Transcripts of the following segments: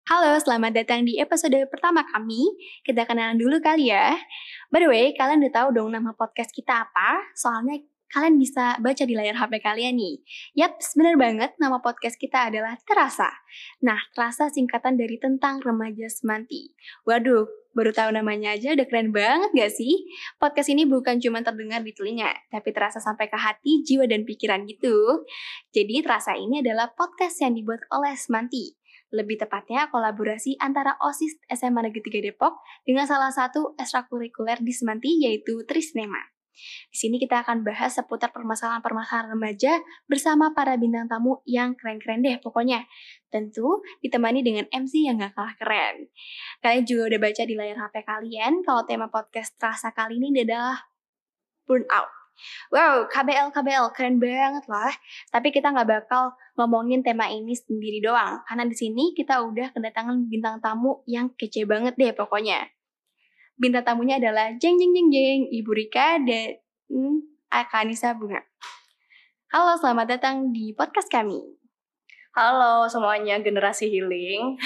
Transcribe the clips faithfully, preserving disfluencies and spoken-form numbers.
Halo, selamat datang di episode pertama kami. Kita kenalan dulu kali ya. By the way, kalian udah tahu dong nama podcast kita apa? Soalnya kalian bisa baca di layar H P kalian nih. Yap, bener banget nama podcast kita adalah Terasa. Nah, Terasa singkatan dari Tentang Remaja Semanti. Waduh, baru tahu namanya aja udah keren banget gak sih? Podcast ini bukan cuma terdengar di telinga, tapi terasa sampai ke hati, jiwa, dan pikiran gitu. Jadi Terasa ini adalah podcast yang dibuat oleh Semanti. Lebih tepatnya kolaborasi antara OSIS S M A Negeri tiga Depok dengan salah satu ekstrakurikuler di Semanti yaitu Trisnema. Di sini kita akan bahas seputar permasalahan-permasalahan remaja bersama para bintang tamu yang keren-keren deh pokoknya. Tentu ditemani dengan M C yang gak kalah keren. Kalian juga udah baca di layar H P kalian kalau tema podcast Terasa kali ini adalah burnout. Wow, K B L K B L keren banget lah. Tapi kita nggak bakal ngomongin tema ini sendiri doang, karena di sini kita udah kedatangan bintang tamu yang kece banget deh pokoknya. Bintang tamunya adalah jeng jeng jeng jeng Ibu Rika dan hmm, Akanisa Bunga. Halo, selamat datang di podcast kami. Halo semuanya, generasi healing.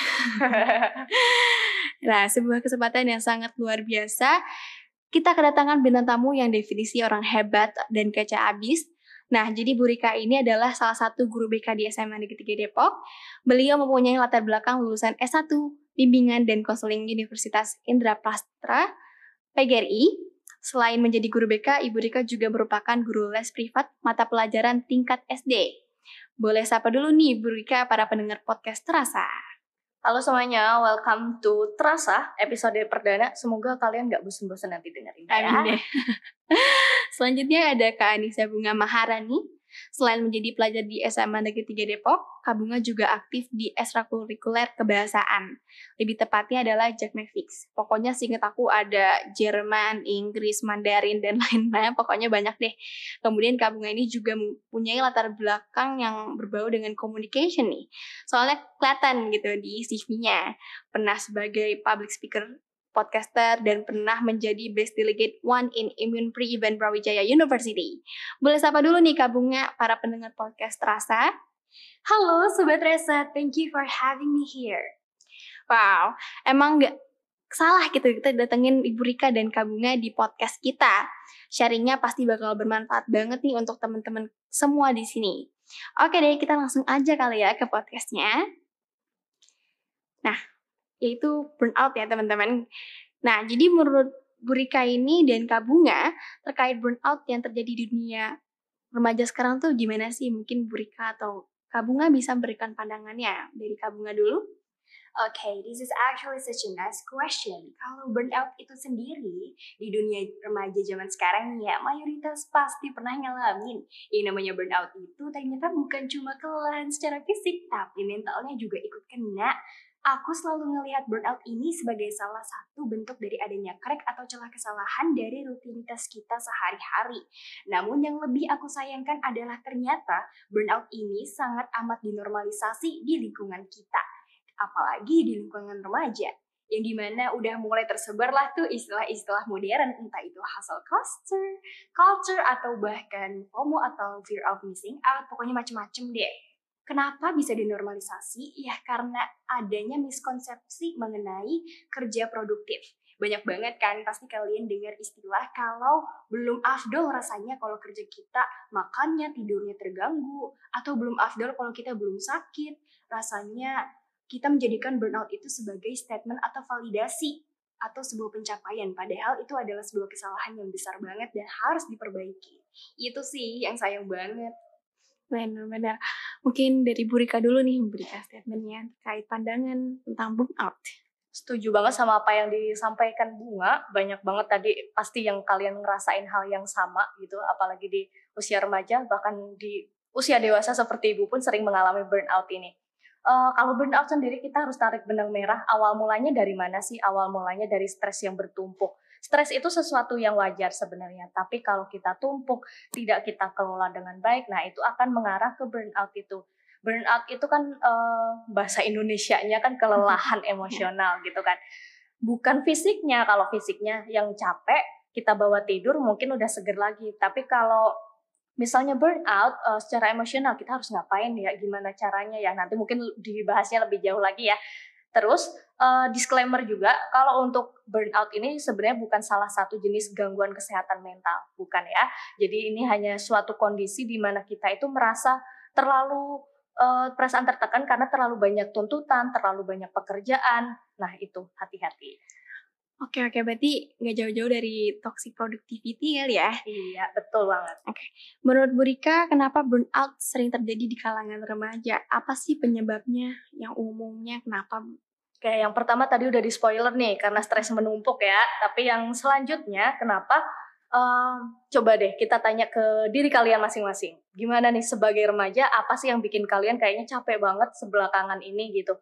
Nah, sebuah kesempatan yang sangat luar biasa. Kita kedatangan bintang tamu yang definisi orang hebat dan kece abis. Nah, jadi Bu Rika ini adalah salah satu guru B K di S M A Negeri tiga Depok. Beliau mempunyai latar belakang lulusan S satu, Bimbingan dan Konseling Universitas Indraprastra, P G R I. Selain menjadi guru B K, Ibu Rika juga merupakan guru les privat mata pelajaran tingkat S D. Boleh sapa dulu nih Bu Rika para pendengar podcast Terasa. Halo semuanya, welcome to Terasa, episode perdana. Semoga kalian gak bosan-bosan nanti dengerin ya. Amin deh. Selanjutnya ada Kak Anissa Bunga Maharani. Selain menjadi pelajar di S M A Negeri tiga Depok, Kak Bunga juga aktif di ekstrakurikuler kebahasaan. Lebih tepatnya adalah Jakmefix. Pokoknya seinget aku ada Jerman, Inggris, Mandarin, dan lain-lain. Pokoknya banyak deh. Kemudian Kak Bunga ini juga mempunyai latar belakang yang berbau dengan communication nih. Soalnya kelihatan gitu di C V-nya. Pernah sebagai public speaker, podcaster, dan pernah menjadi Best Delegate One in Immune Pre-Event Brawijaya University. Boleh sapa dulu nih Kak Bunga, para pendengar podcast Terasa. Halo Sobat Resa, thank you for having me here. Wow, emang gak salah gitu kita datengin Ibu Rika dan Kak Bunga di podcast kita. Sharingnya pasti bakal bermanfaat banget nih untuk teman-teman semua di sini. Oke deh, kita langsung aja kali ya ke podcastnya. Nah, yaitu burnout ya teman-teman. Nah, jadi menurut Bu Rika ini dan Kak Bunga terkait burnout yang terjadi di dunia remaja sekarang tuh gimana sih? Mungkin Bu Rika atau Kak Bunga bisa memberikan pandangannya. Dari Kak Bunga dulu. Okay, this is actually such a nice question. Kalau burnout itu sendiri di dunia remaja zaman sekarang nih ya, mayoritas pasti pernah ngalamin. Yang namanya burnout itu ternyata bukan cuma kelelahan secara fisik, tapi mentalnya juga ikut kena. Aku selalu ngelihat burnout ini sebagai salah satu bentuk dari adanya crack atau celah kesalahan dari rutinitas kita sehari-hari. Namun yang lebih aku sayangkan adalah ternyata burnout ini sangat amat dinormalisasi di lingkungan kita. Apalagi di lingkungan remaja, yang dimana udah mulai tersebar lah tuh istilah-istilah modern, entah itu hustle culture, culture atau bahkan FOMO atau fear of missing out, pokoknya macem-macem deh. Kenapa bisa dinormalisasi? Ya karena adanya miskonsepsi mengenai kerja produktif. Banyak banget kan pasti kalian dengar istilah kalau belum afdol rasanya kalau kerja kita makannya, tidurnya terganggu, atau belum afdol kalau kita belum sakit. Rasanya kita menjadikan burnout itu sebagai statement atau validasi atau sebuah pencapaian, padahal itu adalah sebuah kesalahan yang besar banget dan harus diperbaiki. Itu sih yang sayang banget. Benar-benar. Mungkin dari Bu Rika dulu nih memberikan statementnya terkait pandangan tentang burnout. Setuju banget sama apa yang disampaikan Bunga. Banyak banget tadi pasti yang kalian ngerasain hal yang sama gitu. Apalagi di usia remaja, bahkan di usia dewasa seperti Ibu pun sering mengalami burnout ini. Uh, kalau burnout sendiri kita harus tarik benang merah. Awal mulanya dari mana sih? Awal mulanya dari stres yang bertumpuk. Stres itu sesuatu yang wajar sebenarnya, tapi kalau kita tumpuk, tidak kita kelola dengan baik, nah itu akan mengarah ke burnout itu. Burnout itu kan uh, bahasa Indonesianya kan kelelahan emosional gitu kan. Bukan fisiknya, kalau fisiknya yang capek, kita bawa tidur mungkin udah seger lagi. Tapi kalau misalnya burnout uh, secara emosional, kita harus ngapain ya, gimana caranya ya, nanti mungkin dibahasnya lebih jauh lagi ya. Terus uh, disclaimer juga, kalau untuk burnout ini sebenarnya bukan salah satu jenis gangguan kesehatan mental, bukan ya. Jadi ini hanya suatu kondisi di mana kita itu merasa terlalu uh, perasaan tertekan karena terlalu banyak tuntutan, terlalu banyak pekerjaan. Nah itu hati-hati. Oke oke, berarti nggak jauh-jauh dari toxic productivity kali ya? Iya, betul banget. Oke, menurut Bu Rika, kenapa burnout sering terjadi di kalangan remaja? Apa sih penyebabnya yang umumnya? Kenapa? Oke, yang pertama tadi udah di spoiler nih, karena stres menumpuk ya. Tapi yang selanjutnya, kenapa? Uh, coba deh kita tanya ke diri kalian masing-masing. Gimana nih sebagai remaja, apa sih yang bikin kalian kayaknya capek banget sebelakangan ini gitu?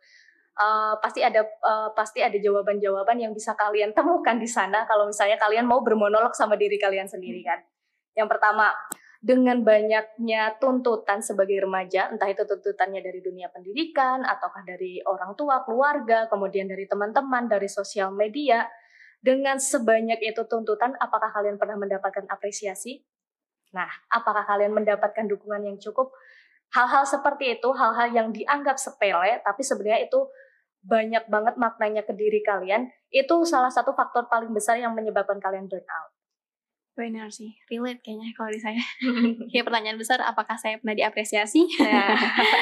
Uh, pasti ada uh, pasti ada jawaban-jawaban yang bisa kalian temukan di sana kalau misalnya kalian mau bermonolog sama diri kalian sendiri kan. Yang pertama, dengan banyaknya tuntutan sebagai remaja, entah itu tuntutannya dari dunia pendidikan ataukah dari orang tua, keluarga, kemudian dari teman-teman, dari sosial media, dengan sebanyak itu tuntutan, apakah kalian pernah mendapatkan apresiasi? Nah, apakah kalian mendapatkan dukungan yang cukup? Hal-hal seperti itu, hal-hal yang dianggap sepele, tapi sebenarnya itu banyak banget maknanya ke diri kalian, itu salah satu faktor paling besar yang menyebabkan kalian burnout. Benar sih, relate kayaknya kalau di saya. Kayak pertanyaan besar, apakah saya pernah diapresiasi? Nah,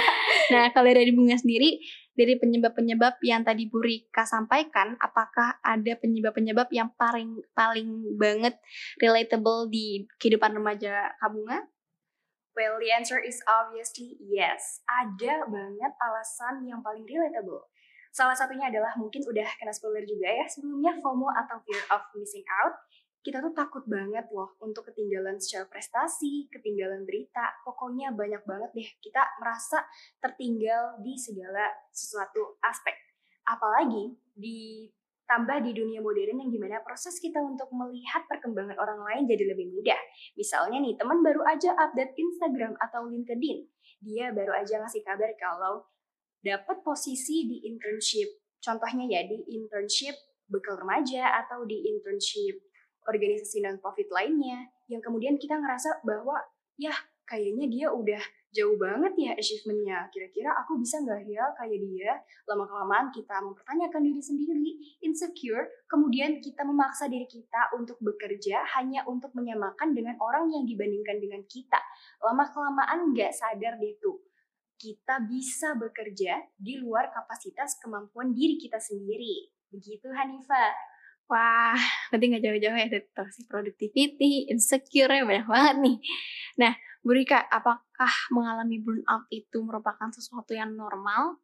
nah kalau dari Bunga sendiri, dari penyebab-penyebab yang tadi Bu Rika sampaikan, apakah ada penyebab-penyebab yang paling paling banget relatable di kehidupan remaja Kak Bunga? Well, the answer is obviously yes. Ada banget alasan yang paling relatable. Salah satunya adalah mungkin udah kena spoiler juga ya sebelumnya, FOMO atau fear of missing out. Kita tuh takut banget loh untuk ketinggalan secara prestasi, ketinggalan berita. Pokoknya banyak banget deh kita merasa tertinggal di segala sesuatu aspek. Apalagi ditambah di dunia modern yang gimana proses kita untuk melihat perkembangan orang lain jadi lebih mudah. Misalnya nih, teman baru aja update Instagram atau LinkedIn. Dia baru aja ngasih kabar kalau dapat posisi di internship, contohnya ya di internship bekal remaja atau di internship organisasi non-profit lainnya, yang kemudian kita ngerasa bahwa ya kayaknya dia udah jauh banget ya achievementnya, kira-kira aku bisa nggak ya kayak dia. Lama-kelamaan kita mempertanyakan diri sendiri, insecure, kemudian kita memaksa diri kita untuk bekerja hanya untuk menyamakan dengan orang yang dibandingkan dengan kita. Lama-kelamaan nggak sadar deh tuh, kita bisa bekerja di luar kapasitas kemampuan diri kita sendiri. Begitu Hanifah. Wah, berarti nggak jauh-jauh ya dari toxic productivity, insecure ya banyak banget nih. Nah, Bu Rika, apakah mengalami burnout itu merupakan sesuatu yang normal?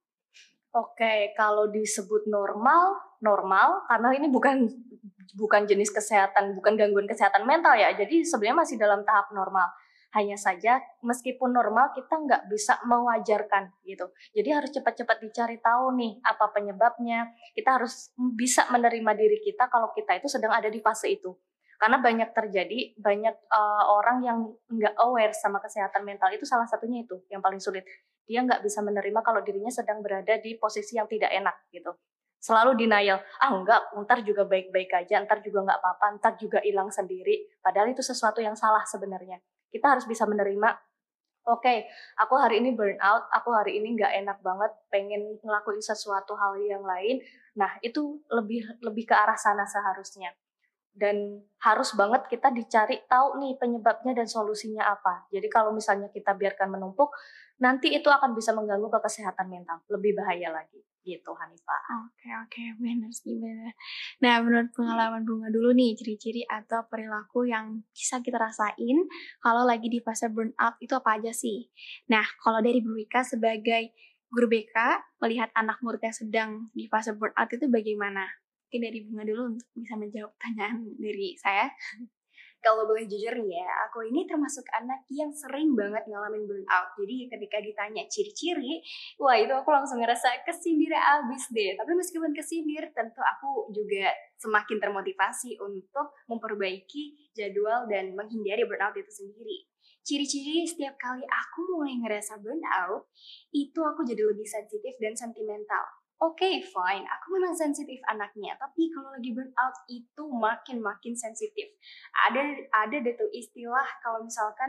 Oke, kalau disebut normal, normal karena ini bukan bukan jenis kesehatan, bukan gangguan kesehatan mental ya. Jadi sebenarnya masih dalam tahap normal. Hanya saja meskipun normal kita nggak bisa mewajarkan gitu. Jadi harus cepat-cepat dicari tahu nih apa penyebabnya. Kita harus bisa menerima diri kita kalau kita itu sedang ada di fase itu. Karena banyak terjadi, banyak uh, orang yang nggak aware sama kesehatan mental, itu salah satunya itu yang paling sulit. Dia nggak bisa menerima kalau dirinya sedang berada di posisi yang tidak enak gitu. Selalu denial, ah enggak, ntar juga baik-baik aja, ntar juga nggak apa-apa, ntar juga hilang sendiri. Padahal itu sesuatu yang salah sebenarnya. Kita harus bisa menerima, oke, okay, aku hari ini burnout, aku hari ini nggak enak banget, pengen ngelakuin sesuatu hal yang lain. Nah, itu lebih lebih ke arah sana seharusnya. Dan harus banget kita dicari tahu nih penyebabnya dan solusinya apa. Jadi kalau misalnya kita biarkan menumpuk, nanti itu akan bisa mengganggu ke kesehatan mental. Lebih bahaya lagi. Gitu, Hanifah. Oke, oke, benar sih, benar. Nah, menurut pengalaman Bunga dulu nih, ciri-ciri atau perilaku yang bisa kita rasain kalau lagi di fase burnout itu apa aja sih? Nah, kalau dari Bu Rika sebagai guru B K, melihat anak muridnya sedang di fase burnout itu bagaimana? Mungkin dari Bunga dulu untuk bisa menjawab pertanyaan dari saya. Kalau boleh jujur nih ya, aku ini termasuk anak yang sering banget ngalamin burnout. Jadi ketika ditanya ciri-ciri, wah itu aku langsung ngerasa kesindir abis deh. Tapi meskipun kesindir, tentu aku juga semakin termotivasi untuk memperbaiki jadwal dan menghindari burnout itu sendiri. Ciri-ciri setiap kali aku mulai ngerasa burnout, itu aku jadi lebih sensitif dan sentimental. Oke, okay, fine. Aku memang sensitif anaknya, tapi kalau lagi burnout itu makin-makin sensitif. Ada ada deh tuh istilah kalau misalkan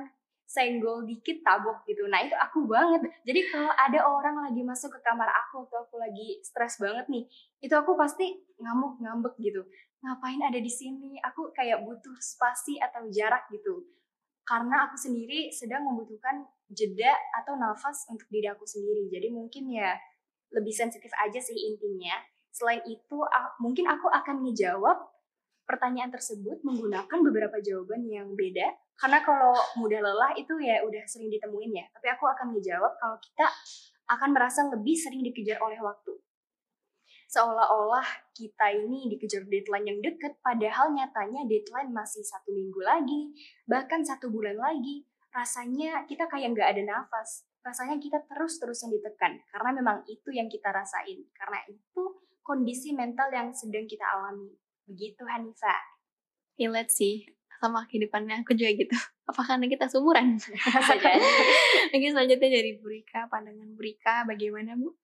senggol dikit tabok gitu. Nah itu aku banget. Jadi kalau ada orang lagi masuk ke kamar aku waktu aku lagi stres banget nih, itu aku pasti ngamuk ngambek gitu. Ngapain ada di sini? Aku kayak butuh spasi atau jarak gitu. Karena aku sendiri sedang membutuhkan jeda atau nafas untuk diri aku sendiri. Jadi mungkin ya lebih sensitif aja sih intinya. Selain itu, mungkin aku akan ngejawab pertanyaan tersebut menggunakan beberapa jawaban yang beda. Karena kalau mudah lelah itu ya udah sering ditemuin ya. Tapi aku akan ngejawab kalau kita akan merasa lebih sering dikejar oleh waktu. Seolah-olah kita ini dikejar deadline yang dekat, padahal nyatanya deadline masih satu minggu lagi, bahkan satu bulan lagi. Rasanya kita kayak nggak ada nafas. Rasanya kita terus-terusan ditekan, karena memang itu yang kita rasain. Karena itu kondisi mental yang sedang kita alami. Begitu Hanifa. Relate sih, sama kehidupannya aku juga gitu. Apa karena kita seumuran? Bisa jadi. Mungkin selanjutnya dari Bu Rika, pandangan Bu Rika bagaimana Bu?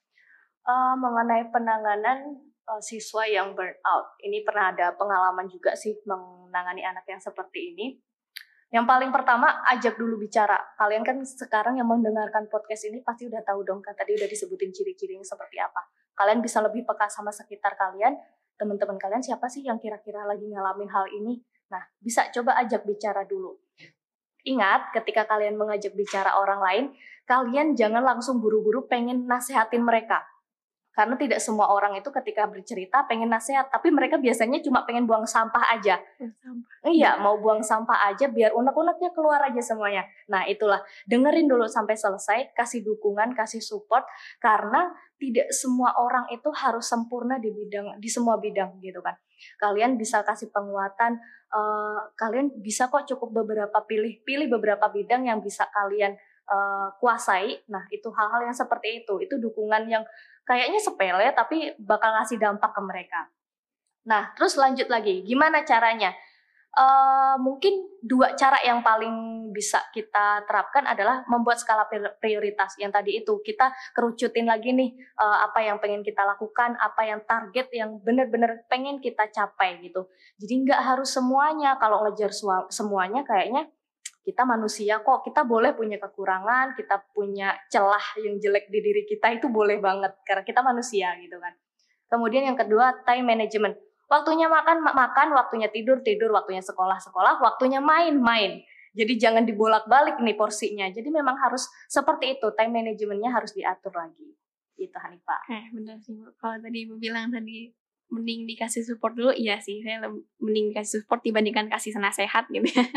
Uh, mengenai penanganan uh, siswa yang burnout. Ini pernah ada pengalaman juga sih menangani anak yang seperti ini. Yang paling pertama, ajak dulu bicara. Kalian kan sekarang yang mendengarkan podcast ini pasti udah tahu dong, kan tadi udah disebutin ciri-cirinya seperti apa. Kalian bisa lebih peka sama sekitar kalian, teman-teman kalian siapa sih yang kira-kira lagi ngalamin hal ini. Nah, bisa coba ajak bicara dulu. Ingat, ketika kalian mengajak bicara orang lain, kalian jangan langsung buru-buru pengen nasehatin mereka. Karena tidak semua orang itu ketika bercerita pengen nasihat, tapi mereka biasanya cuma pengen buang sampah aja. Sampah. Iya, mau buang sampah aja biar unek-uneknya keluar aja semuanya. Nah itulah, dengerin dulu sampai selesai, kasih dukungan, kasih support, karena tidak semua orang itu harus sempurna di bidang di semua bidang gitu kan. Kalian bisa kasih penguatan, uh, kalian bisa kok cukup beberapa pilih pilih beberapa bidang yang bisa kalian uh, kuasai. Nah itu hal-hal yang seperti itu, itu dukungan yang kayaknya sepele tapi bakal ngasih dampak ke mereka. Nah, terus lanjut lagi, gimana caranya? Uh, mungkin dua cara yang paling bisa kita terapkan adalah membuat skala prioritas. Yang tadi itu, kita kerucutin lagi nih uh, apa yang pengen kita lakukan, apa yang target yang benar-benar pengen kita capai gitu. Jadi nggak harus semuanya, kalau ngejar semuanya kayaknya kita manusia kok, kita boleh punya kekurangan, kita punya celah yang jelek di diri kita, itu boleh banget, karena kita manusia gitu kan. Kemudian yang kedua, time management. Waktunya makan, makan, waktunya tidur, tidur, waktunya sekolah, sekolah, waktunya main, main. Jadi jangan dibolak-balik nih porsinya. Jadi memang harus seperti itu, time managementnya harus diatur lagi. Itu Hanifah. Eh, benar sih Bu. Kalau tadi Ibu bilang tadi mending dikasih support dulu, iya sih, saya mending dikasih support dibandingkan kasih nasihat gitu ya.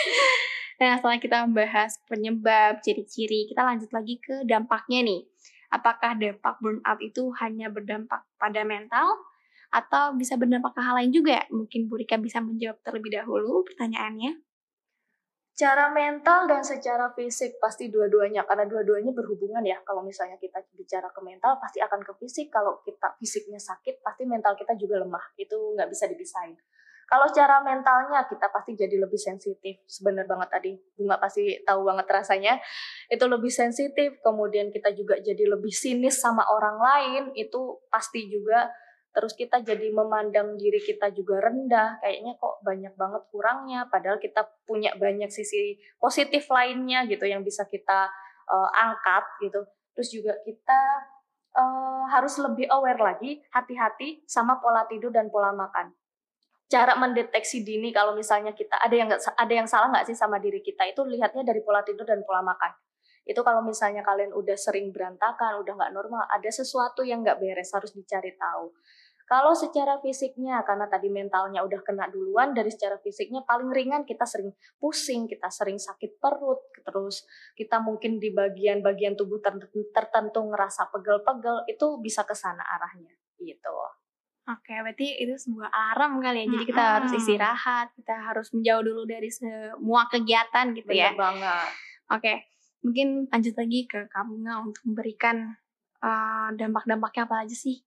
Nah, setelah kita membahas penyebab, ciri-ciri, kita lanjut lagi ke dampaknya nih. Apakah dampak burnout itu hanya berdampak pada mental atau bisa berdampak ke hal lain juga? Mungkin Bu Rika bisa menjawab terlebih dahulu pertanyaannya. Secara mental dan secara fisik pasti dua-duanya, karena dua-duanya berhubungan ya. Kalau misalnya kita bicara ke mental pasti akan ke fisik, kalau kita fisiknya sakit pasti mental kita juga lemah, itu nggak bisa dipisahin. Kalau secara mentalnya kita pasti jadi lebih sensitif, sebenarnya banget tadi Bunga pasti tahu banget rasanya, itu lebih sensitif, kemudian kita juga jadi lebih sinis sama orang lain, itu pasti juga. Terus kita jadi memandang diri kita juga rendah, kayaknya kok banyak banget kurangnya, padahal kita punya banyak sisi positif lainnya gitu yang bisa kita uh, angkat gitu. Terus juga kita uh, harus lebih aware lagi, hati-hati sama pola tidur dan pola makan. Cara mendeteksi dini kalau misalnya kita ada yang nggak ada yang salah nggak sih sama diri kita, itu lihatnya dari pola tidur dan pola makan. Itu kalau misalnya kalian udah sering berantakan, udah nggak normal, ada sesuatu yang nggak beres, harus dicari tahu. Kalau secara fisiknya, karena tadi mentalnya udah kena duluan, dari secara fisiknya paling ringan kita sering pusing, kita sering sakit perut, terus kita mungkin di bagian-bagian tubuh tertentu, tertentu ngerasa pegel-pegel, itu bisa ke sana arahnya gitu. Oke, berarti itu sebuah alarm kali ya. Jadi kita harus istirahat, kita harus menjauh dulu dari semua kegiatan gitu ya. Bener banget. Oke, mungkin lanjut lagi ke Kak Bunga untuk memberikan uh, dampak-dampaknya apa aja sih?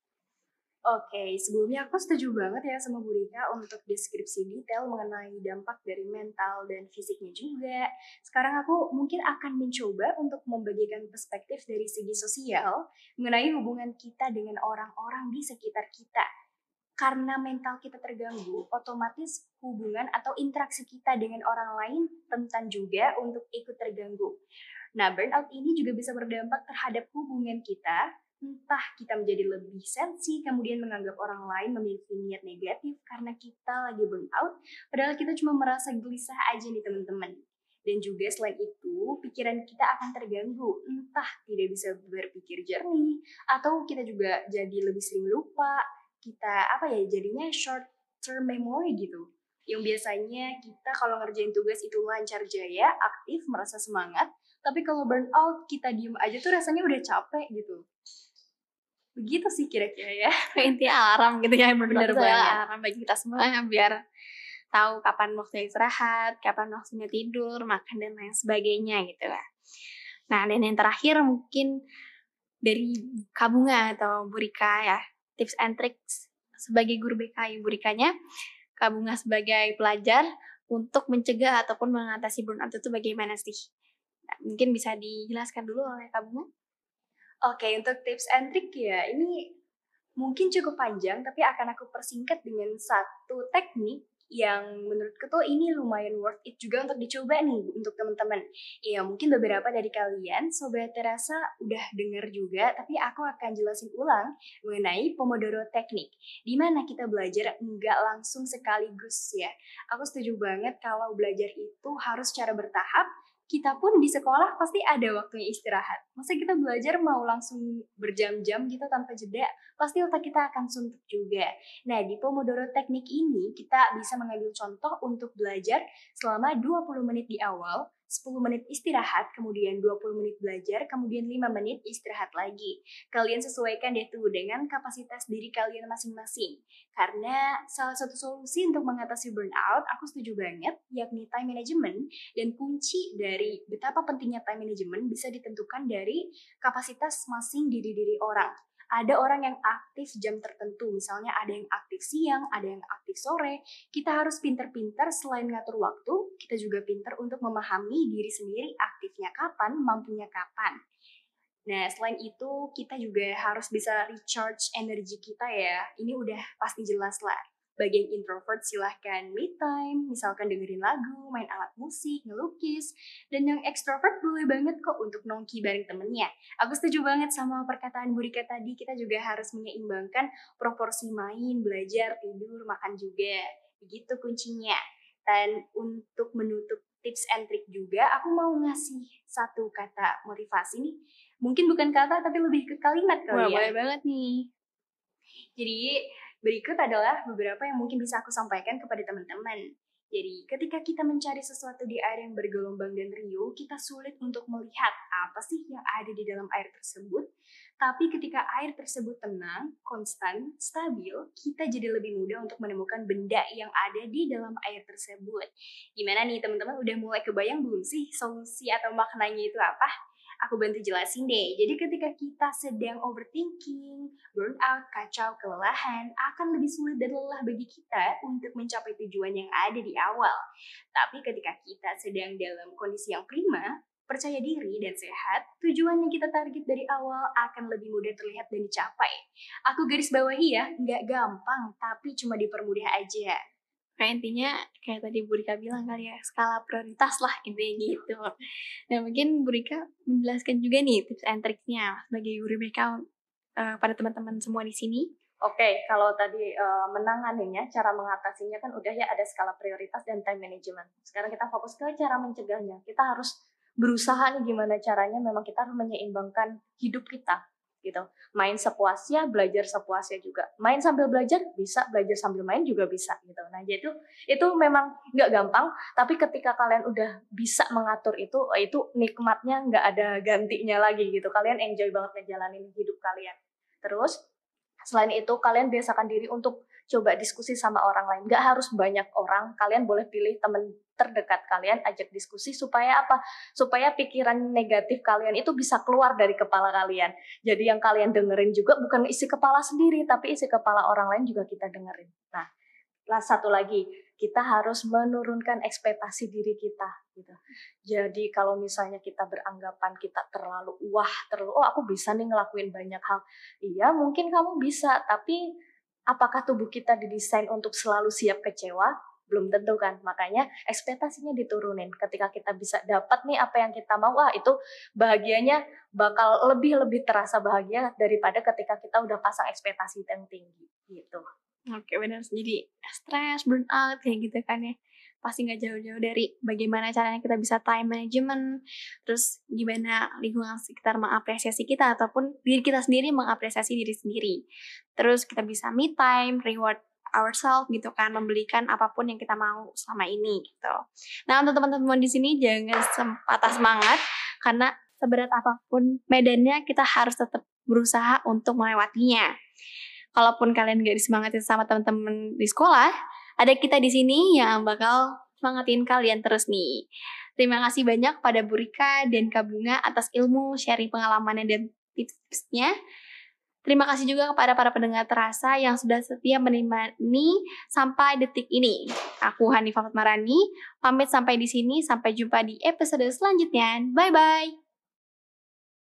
Oke, okay, sebelumnya aku setuju banget ya sama Bu Rika untuk deskripsi detail mengenai dampak dari mental dan fisiknya juga. Sekarang aku mungkin akan mencoba untuk membagikan perspektif dari segi sosial mengenai hubungan kita dengan orang-orang di sekitar kita. karena mental kita terganggu, otomatis hubungan atau interaksi kita dengan orang lain rentan juga untuk ikut terganggu. Nah, burnout ini juga bisa berdampak terhadap hubungan kita, entah kita menjadi lebih sensi, kemudian menganggap orang lain memiliki niat negatif karena kita lagi burnout, padahal kita cuma merasa gelisah aja nih teman-teman. Dan juga selain itu, pikiran kita akan terganggu, entah tidak bisa berpikir jernih, atau kita juga jadi lebih sering lupa, kita apa ya jadinya short term memory gitu. Yang biasanya kita kalau ngerjain tugas itu lancar jaya, aktif, merasa semangat, tapi kalau burnout kita diem aja tuh rasanya udah capek gitu. Begitu sih kira-kira ya. Intinya alarm gitu ya, Bener bener banget. banget. Alarm bagi kita semua biar tahu kapan waktunya istirahat, kapan waktunya tidur, makan dan lain sebagainya gitu lah. Nah, dan yang terakhir mungkin dari Kak Bunga atau Bu Rika ya, tips and tricks sebagai guru B K, Bu Rikanya, Kak Bunga sebagai pelajar untuk mencegah ataupun mengatasi burnout itu bagaimana sih? Nah, mungkin bisa dijelaskan dulu oleh Kak Bunga. Oke, untuk tips and trick ya, ini mungkin cukup panjang, tapi akan aku persingkat dengan satu teknik yang menurutku tuh ini lumayan worth it juga untuk dicoba nih untuk teman-teman. Ya mungkin beberapa dari kalian Sobat Terasa udah denger juga, tapi aku akan jelasin ulang mengenai Pomodoro Technique, di mana kita belajar nggak langsung sekaligus ya. Aku setuju banget kalau belajar itu harus secara bertahap. Kita pun di sekolah pasti ada waktunya istirahat. Masa kita belajar mau langsung berjam-jam gitu tanpa jeda? Pasti otak kita akan suntuk juga. Nah, di Pomodoro Teknik ini kita bisa mengambil contoh untuk belajar selama dua puluh menit di awal, sepuluh menit istirahat, kemudian dua puluh menit belajar, kemudian lima menit istirahat lagi. Kalian sesuaikan deh tuh dengan kapasitas diri kalian masing-masing. Karena salah satu solusi untuk mengatasi burnout, aku setuju banget, yakni time management. Dan kunci dari betapa pentingnya time management bisa ditentukan dari kapasitas masing diri-diri orang. Ada orang yang aktif jam tertentu, misalnya ada yang aktif siang, ada yang aktif sore. Kita harus pinter-pinter selain ngatur waktu, kita juga pinter untuk memahami diri sendiri aktifnya kapan, mampunya kapan. Nah, selain itu kita juga harus bisa recharge energi kita ya. Ini udah pasti jelas lah. Bagi yang introvert silahkan me time, misalkan dengerin lagu, main alat musik, ngelukis. Dan yang extrovert boleh banget kok untuk nongki bareng temennya. Aku setuju banget sama perkataan Bu Rika tadi, kita juga harus menyeimbangkan proporsi main, belajar, tidur, makan juga. Begitu kuncinya. Dan untuk menutup tips and trick juga, aku mau ngasih satu kata motivasi nih. Mungkin bukan kata, tapi lebih ke kalimat kali Wah, ya. boleh banget nih. Jadi berikut adalah beberapa yang mungkin bisa aku sampaikan kepada teman-teman. Jadi ketika kita mencari sesuatu di air yang bergelombang dan riuh, kita sulit untuk melihat apa sih yang ada di dalam air tersebut. Tapi ketika air tersebut tenang, konstan, stabil, kita jadi lebih mudah untuk menemukan benda yang ada di dalam air tersebut. Gimana nih teman-teman, udah mulai kebayang belum sih solusi atau maknanya itu apa? Aku bantu jelasin deh. Jadi ketika kita sedang overthinking, burnout, kacau, kelelahan, akan lebih sulit dan lelah bagi kita untuk mencapai tujuan yang ada di awal. Tapi ketika kita sedang dalam kondisi yang prima, percaya diri dan sehat, tujuan yang kita target dari awal akan lebih mudah terlihat dan dicapai. Aku garis bawahi ya, nggak gampang, tapi cuma dipermudah aja. Kayak intinya kayak tadi Bu Rika bilang kali ya, skala prioritas lah intinya gitu. Nah mungkin Bu Rika menjelaskan juga nih tips and triknya sebagai guru B K uh, pada teman-teman semua di sini. Oke, kalau tadi uh, menanganinya, cara mengatasinya kan udah ya ada skala prioritas dan time management. Sekarang kita fokus ke cara mencegahnya. Kita harus berusaha nih gimana caranya, memang kita harus menyeimbangkan hidup kita. Gitu, main sepuasnya, belajar sepuasnya juga. Main sambil belajar bisa, belajar sambil main juga bisa gitu. Nah, jadi itu itu memang nggak gampang, tapi ketika kalian udah bisa mengatur itu, itu nikmatnya nggak ada gantinya lagi gitu. Kalian enjoy banget ngejalanin hidup kalian. Terus selain itu kalian biasakan diri untuk coba diskusi sama orang lain. Nggak harus banyak orang, kalian boleh pilih teman terdekat kalian, ajak diskusi supaya apa? Supaya pikiran negatif kalian itu bisa keluar dari kepala kalian. Jadi yang kalian dengerin juga bukan isi kepala sendiri, tapi isi kepala orang lain juga kita dengerin. Nah, satu lagi, kita harus menurunkan ekspektasi diri kita. Gitu. Jadi kalau misalnya kita beranggapan kita terlalu wah, terlalu oh aku bisa nih ngelakuin banyak hal. Iya, mungkin kamu bisa, tapi apakah tubuh kita didesain untuk selalu siap kecewa? Belum tentu kan, makanya ekspektasinya diturunin. Ketika kita bisa dapat nih apa yang kita mau, wah itu bahagianya bakal lebih-lebih terasa bahagia daripada ketika kita udah pasang ekspektasi yang tinggi gitu. Oke, benar. Jadi stres, burnout kayak gitu kan ya. Pasti nggak jauh-jauh dari bagaimana caranya kita bisa time management, terus gimana lingkungan sekitar mengapresiasi kita ataupun diri kita sendiri mengapresiasi diri sendiri. Terus kita bisa me time, reward ourselves gitu kan, membelikan apapun yang kita mau selama ini gitu. Nah, untuk teman-teman di sini jangan patah semangat karena seberat apapun medannya kita harus tetap berusaha untuk melewatinya. Kalaupun kalian gak disemangatin sama teman-teman di sekolah, ada kita di sini yang bakal semangatin kalian terus nih. Terima kasih banyak pada Bu Rika dan Kak Bunga atas ilmu, sharing pengalamannya dan tips-tipsnya. Terima kasih juga kepada para pendengar terasa yang sudah setia menemani sampai detik ini. Aku Hanifah Fatmarani, pamit sampai di sini. Sampai jumpa di episode selanjutnya. Bye-bye.